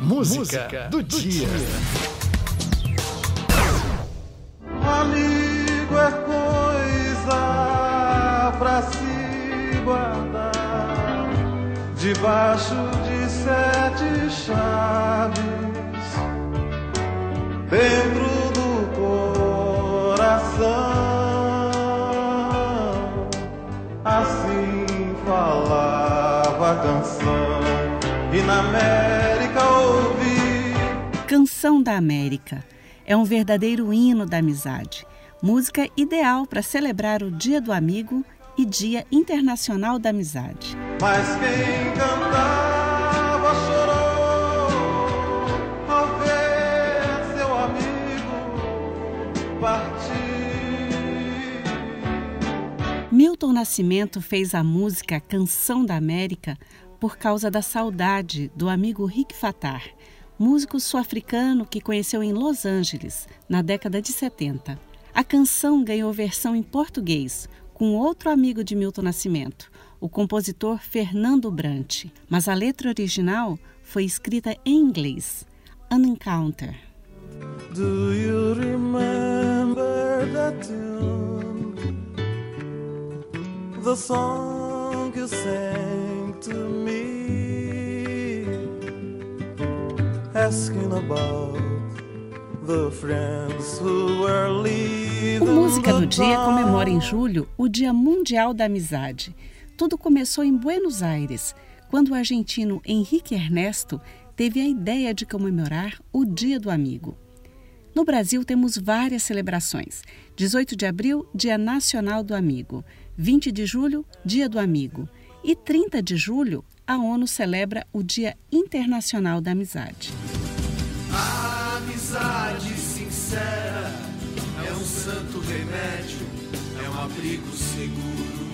Música do dia. Amigo é coisa pra se guardar debaixo de 7 chaves, dentro do coração. Assim falava a canção, e na América ouvi. Canção da América é um verdadeiro hino da amizade, música ideal para celebrar o Dia do Amigo e Dia Internacional da Amizade. Mas quem cantava chorou ao ver seu amigo partir. Milton Nascimento fez a música Canção da América por causa da saudade do amigo Rick Fatar, músico sul-africano que conheceu em Los Angeles, na década de 70. A canção ganhou versão em português, com outro amigo de Milton Nascimento, o compositor Fernando Brant, mas a letra original foi escrita em inglês, An Encounter. Do you remember that tune? The song you sang to me, asking about the friends who were leaving. O Música do Dia comemora em julho o Dia Mundial da Amizade. Tudo começou em Buenos Aires, quando o argentino Henrique Ernesto teve a ideia de comemorar o Dia do Amigo. No Brasil temos várias celebrações. 18 de abril, Dia Nacional do Amigo. 20 de julho, Dia do Amigo. E 30 de julho, a ONU celebra o Dia Internacional da Amizade. A amizade sincera é um santo remédio, é um abrigo seguro.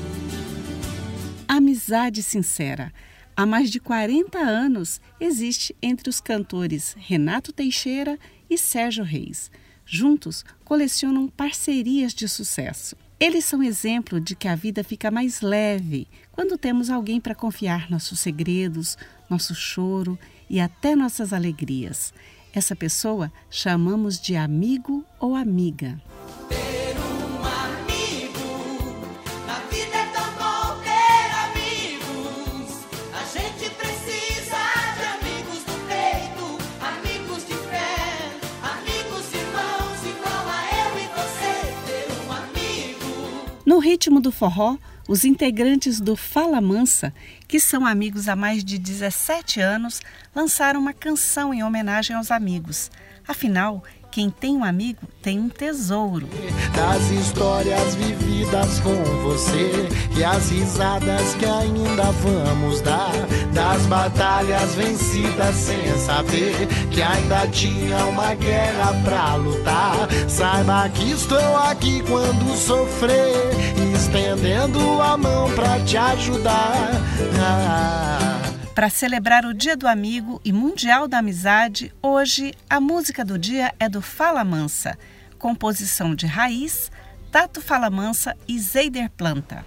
Amizade sincera. Há mais de 40 anos existe entre os cantores Renato Teixeira e Sérgio Reis. Juntos, colecionam parcerias de sucesso. Eles são exemplo de que a vida fica mais leve quando temos alguém para confiar nossos segredos, nosso choro e até nossas alegrias. Essa pessoa chamamos de amigo ou amiga. Ter um amigo, na vida é tão bom ter amigos. A gente precisa de amigos do peito, amigos de fé, amigos irmãos igual a eu e você. Ter um amigo. No ritmo do forró, os integrantes do Fala Mansa, que são amigos há mais de 17 anos, lançaram uma canção em homenagem aos amigos. Afinal, quem tem um amigo tem um tesouro. Das histórias vividas com você e as risadas que ainda vamos dar, das batalhas vencidas sem saber que ainda tinha uma guerra pra lutar. Saiba que estou aqui quando sofrer, estendendo a mão pra te ajudar. Para celebrar o Dia do Amigo e Mundial da Amizade, hoje a música do dia é do Fala Mansa, composição de Raiz, Tato Fala Mansa e Zeider Planta.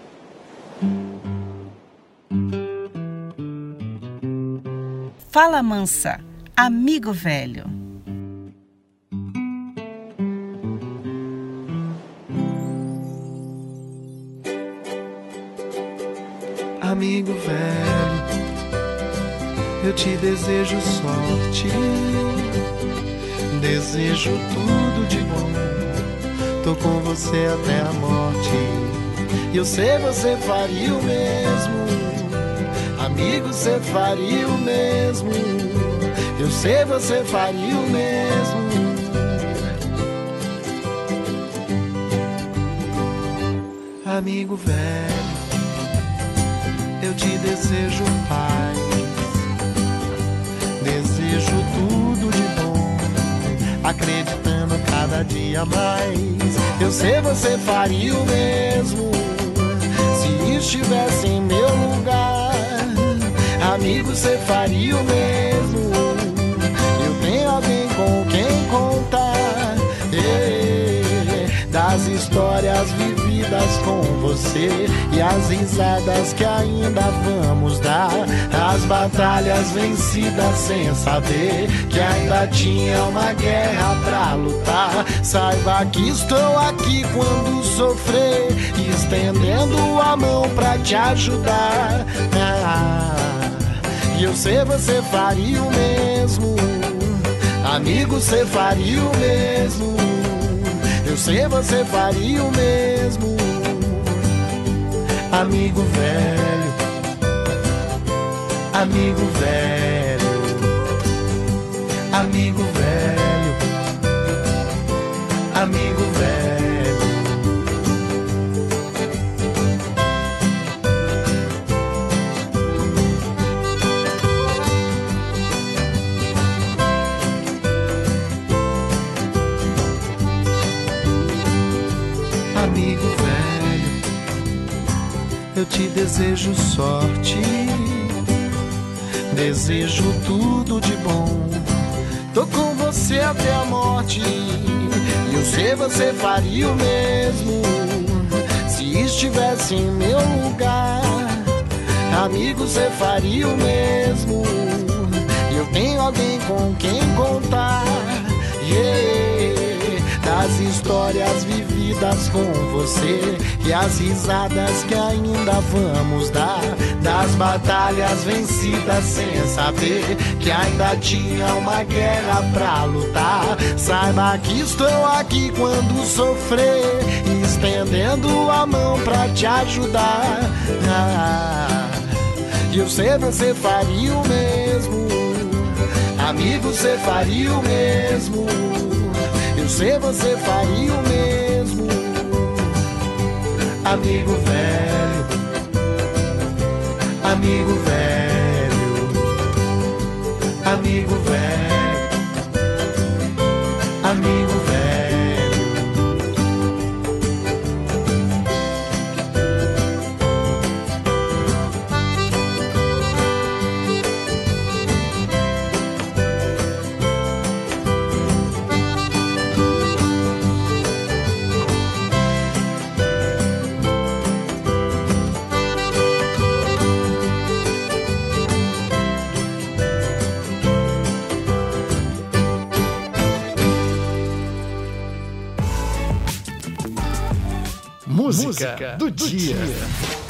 Fala Mansa, amigo velho. Amigo velho, eu te desejo sorte, desejo tudo de bom, tô com você até a morte. Eu sei você faria o mesmo, amigo, você faria o mesmo. Eu sei você faria o mesmo. Amigo velho, eu te desejo paz, desejo tudo de bom, acreditando cada dia mais. Eu sei você faria o mesmo, se estivesse em meu lugar. Amigo, você faria o mesmo, eu tenho alguém com quem contar. Das histórias vividas com você e as risadas que ainda vamos dar, das batalhas vencidas sem saber que ainda tinha uma guerra pra lutar. Saiba que estou aqui quando sofrer, estendendo a mão pra te ajudar. E eu sei você faria o mesmo, amigo, você faria o mesmo. Eu sei você faria o mesmo, amigo velho, amigo velho, amigo velho, amigo velho. Amigo velho, eu te desejo sorte, desejo tudo de bom. Tô com você até a morte, e eu sei você faria o mesmo se estivesse em meu lugar. Amigo, você faria o mesmo, e eu tenho alguém com quem contar. Das histórias vividas com você e as risadas que ainda vamos dar, das batalhas vencidas sem saber que ainda tinha uma guerra pra lutar. Saiba que estou aqui quando sofrer, estendendo a mão pra te ajudar. E eu sei você faria o mesmo, amigo, você faria o mesmo. Eu sei você faria o mesmo, amigo velho, amigo velho, amigo velho, amigo velho. Música do dia.